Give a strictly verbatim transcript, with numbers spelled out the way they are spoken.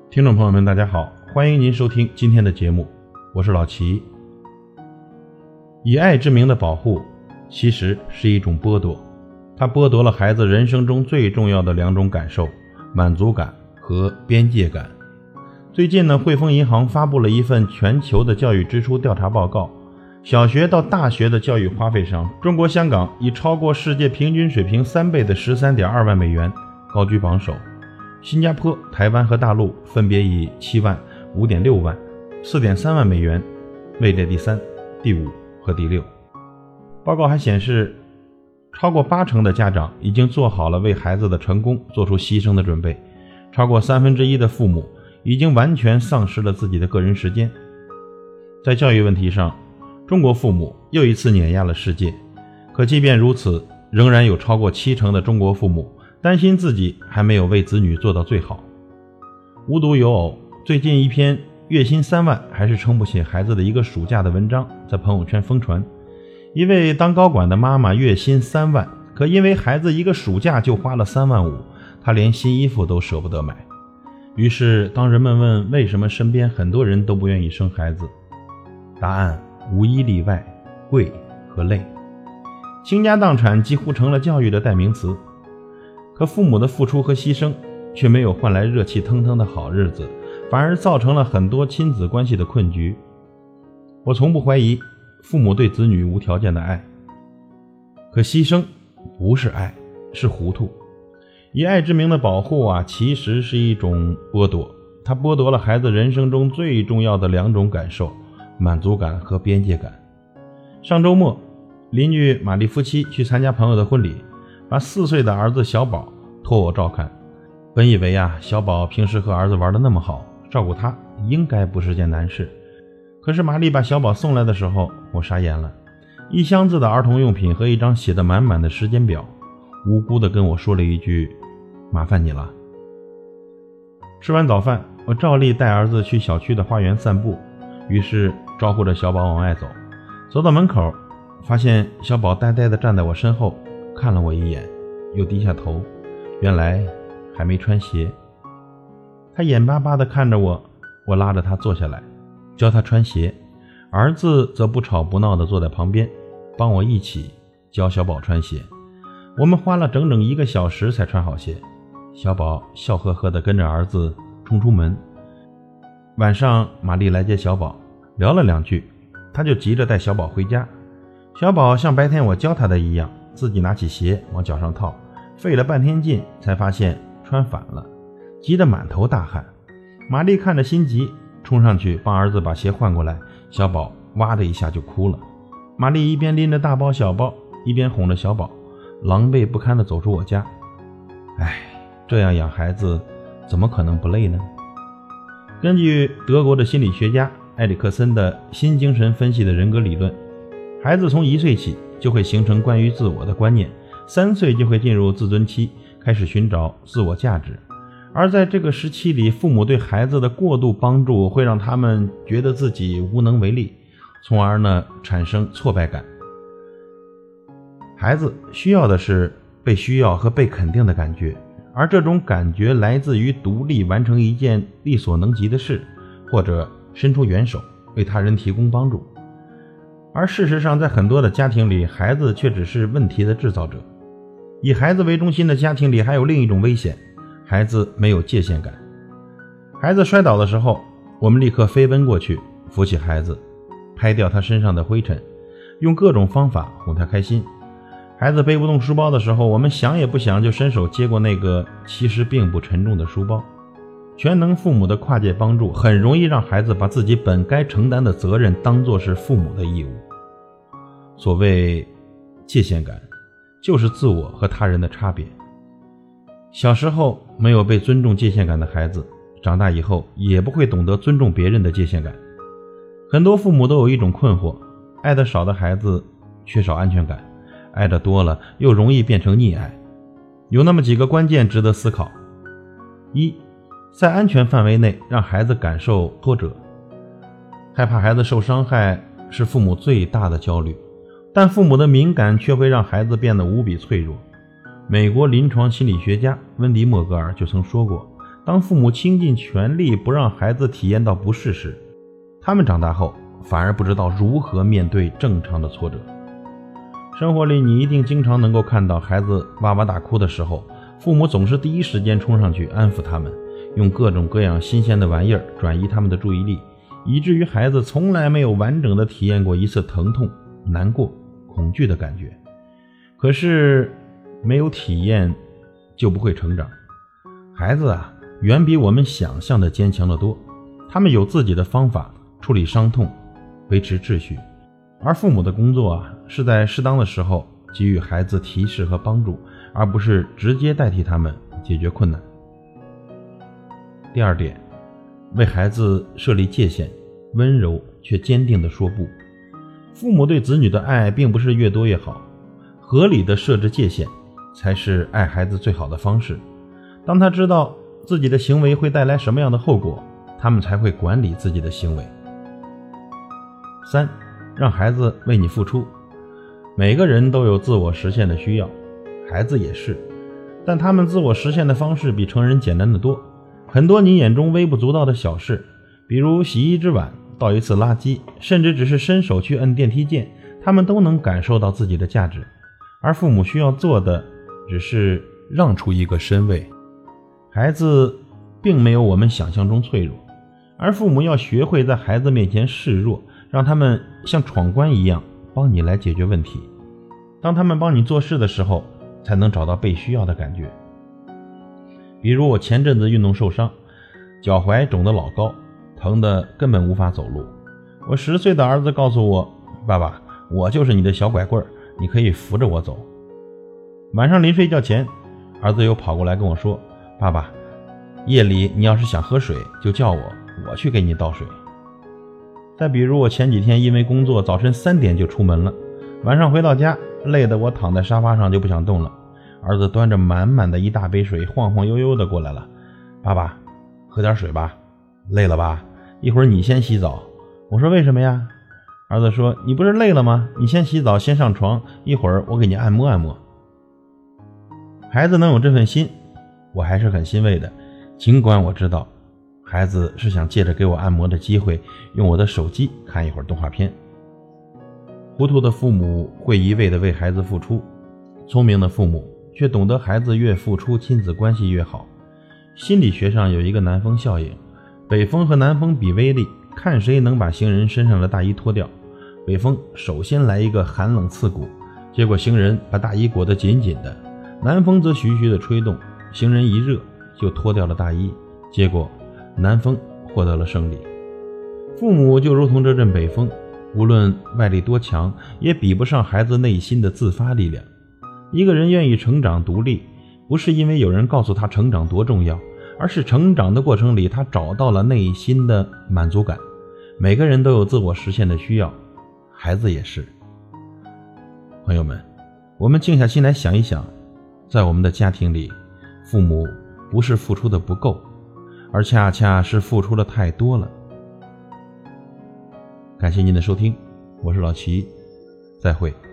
听众朋友们大家好，欢迎您收听今天的节目，我是老齐。以爱之名的保护其实是一种剥夺，它剥夺了孩子人生中最重要的两种感受，满足感和边界感。最近呢，汇丰银行发布了一份全球的教育支出调查报告，小学到大学的教育花费上，中国香港以超过世界平均水平三倍的 十三点二万美元高居榜首，新加坡、台湾和大陆分别以七万、五点六万、四点三万美元位列第三、第五和第六。报告还显示，超过八成的家长已经做好了为孩子的成功做出牺牲的准备，超过三分之一的父母已经完全丧失了自己的个人时间。在教育问题上，中国父母又一次碾压了世界，可即便如此，仍然有超过七成的中国父母担心自己还没有为子女做到最好。无独有偶，最近一篇月薪三万还是撑不起孩子的一个暑假的文章在朋友圈疯传。一位当高管的妈妈月薪三万，可因为孩子一个暑假就花了三万五，她连新衣服都舍不得买。于是当人们问为什么身边很多人都不愿意生孩子，答案无一例外，贵和累。倾家荡产几乎成了教育的代名词，可父母的付出和牺牲却没有换来热气腾腾的好日子，反而造成了很多亲子关系的困局。我从不怀疑父母对子女无条件的爱，可牺牲不是爱，是糊涂。以爱之名的保护啊，其实是一种剥夺，它剥夺了孩子人生中最重要的两种感受，满足感和边界感。上周末，邻居玛丽夫妻去参加朋友的婚礼，把四岁的儿子小宝托我照看。本以为啊，小宝平时和儿子玩得那么好，照顾他应该不是件难事。可是玛丽把小宝送来的时候，我傻眼了，一箱子的儿童用品和一张写得满满的时间表，无辜地跟我说了一句：麻烦你了。吃完早饭，我照例带儿子去小区的花园散步，于是招呼着小宝往外走。走到门口，发现小宝呆呆地站在我身后，看了我一眼，又低下头，原来还没穿鞋。他眼巴巴地看着我，我拉着他坐下来，教他穿鞋，儿子则不吵不闹地坐在旁边，帮我一起教小宝穿鞋。我们花了整整一个小时才穿好鞋，小宝笑呵呵地跟着儿子冲出门。晚上玛丽来接小宝，聊了两句，他就急着带小宝回家。小宝像白天我教他的一样，自己拿起鞋往脚上套，费了半天劲才发现穿反了，急得满头大汗。玛丽看着心急，冲上去帮儿子把鞋换过来，小宝哇的一下就哭了。玛丽一边拎着大包小包，一边哄着小宝，狼狈不堪地走出我家。唉，这样养孩子怎么可能不累呢？根据德国的心理学家埃里克森的新精神分析的人格理论，孩子从一岁起就会形成关于自我的观念，三岁就会进入自尊期，开始寻找自我价值。而在这个时期里，父母对孩子的过度帮助会让他们觉得自己无能为力，从而呢产生挫败感。孩子需要的是被需要和被肯定的感觉，而这种感觉来自于独立完成一件力所能及的事，或者伸出援手为他人提供帮助。而事实上，在很多的家庭里，孩子却只是问题的制造者。以孩子为中心的家庭里还有另一种危险，孩子没有界限感。孩子摔倒的时候，我们立刻飞奔过去扶起孩子，拍掉他身上的灰尘，用各种方法哄他开心。孩子背不动书包的时候，我们想也不想就伸手接过那个其实并不沉重的书包。全能父母的跨界帮助很容易让孩子把自己本该承担的责任当作是父母的义务。所谓界限感，就是自我和他人的差别。小时候没有被尊重界限感的孩子，长大以后也不会懂得尊重别人的界限感。很多父母都有一种困惑，爱得少的孩子缺少安全感，爱得多了又容易变成溺爱。有那么几个关键值得思考。一，在安全范围内让孩子感受挫折。害怕孩子受伤害是父母最大的焦虑，但父母的敏感却会让孩子变得无比脆弱。美国临床心理学家温迪·莫格尔就曾说过， 当父母倾尽全力不让孩子体验到不适时，他们长大后反而不知道如何面对正常的挫折。生活里你一定经常能够看到孩子哇哇大哭的时候，父母总是第一时间冲上去安抚他们，用各种各样新鲜的玩意儿转移他们的注意力，以至于孩子从来没有完整的体验过一次疼痛、难过、恐惧的感觉。可是没有体验就不会成长。孩子啊，远比我们想象的坚强得多，他们有自己的方法处理伤痛，维持秩序。而父母的工作啊，是在适当的时候给予孩子提示和帮助，而不是直接代替他们解决困难。第二点，为孩子设立界限，温柔却坚定地说不。父母对子女的爱并不是越多越好，合理的设置界限才是爱孩子最好的方式。当他知道自己的行为会带来什么样的后果，他们才会管理自己的行为。三，让孩子为你付出。每个人都有自我实现的需要，孩子也是，但他们自我实现的方式比成人简单得多。很多你眼中微不足道的小事，比如洗衣只碗、倒一次垃圾，甚至只是伸手去摁电梯键，他们都能感受到自己的价值。而父母需要做的只是让出一个身位。孩子并没有我们想象中脆弱，而父母要学会在孩子面前示弱，让他们像闯关一样帮你来解决问题。当他们帮你做事的时候，才能找到被需要的感觉。比如我前阵子运动受伤，脚踝肿得老高，疼得根本无法走路。我十岁的儿子告诉我，爸爸，我就是你的小拐棍，你可以扶着我走。晚上临睡觉前，儿子又跑过来跟我说，爸爸，夜里你要是想喝水就叫我，我去给你倒水。再比如我前几天因为工作早晨三点就出门了，晚上回到家累得我躺在沙发上就不想动了，儿子端着满满的一大杯水晃晃悠悠的过来了，爸爸，喝点水吧，累了吧，一会儿你先洗澡。我说为什么呀？儿子说，你不是累了吗？你先洗澡，先上床，一会儿我给你按摩按摩。孩子能有这份心，我还是很欣慰的，尽管我知道孩子是想借着给我按摩的机会，用我的手机看一会儿动画片。糊涂的父母会一味地为孩子付出，聪明的父母却懂得孩子越付出，亲子关系越好。心理学上有一个南风效应，北风和南风比威力，看谁能把行人身上的大衣脱掉。北风首先来一个寒冷刺骨，结果行人把大衣裹得紧紧的，南风则徐徐地吹动，行人一热就脱掉了大衣，结果南风获得了胜利。父母就如同这阵北风，无论外力多强，也比不上孩子内心的自发力量。一个人愿意成长独立，不是因为有人告诉他成长多重要，而是成长的过程里他找到了内心的满足感。每个人都有自我实现的需要，孩子也是。朋友们，我们静下心来想一想，在我们的家庭里，父母不是付出的不够，而恰恰是付出的太多了。感谢您的收听，我是老齐，再会。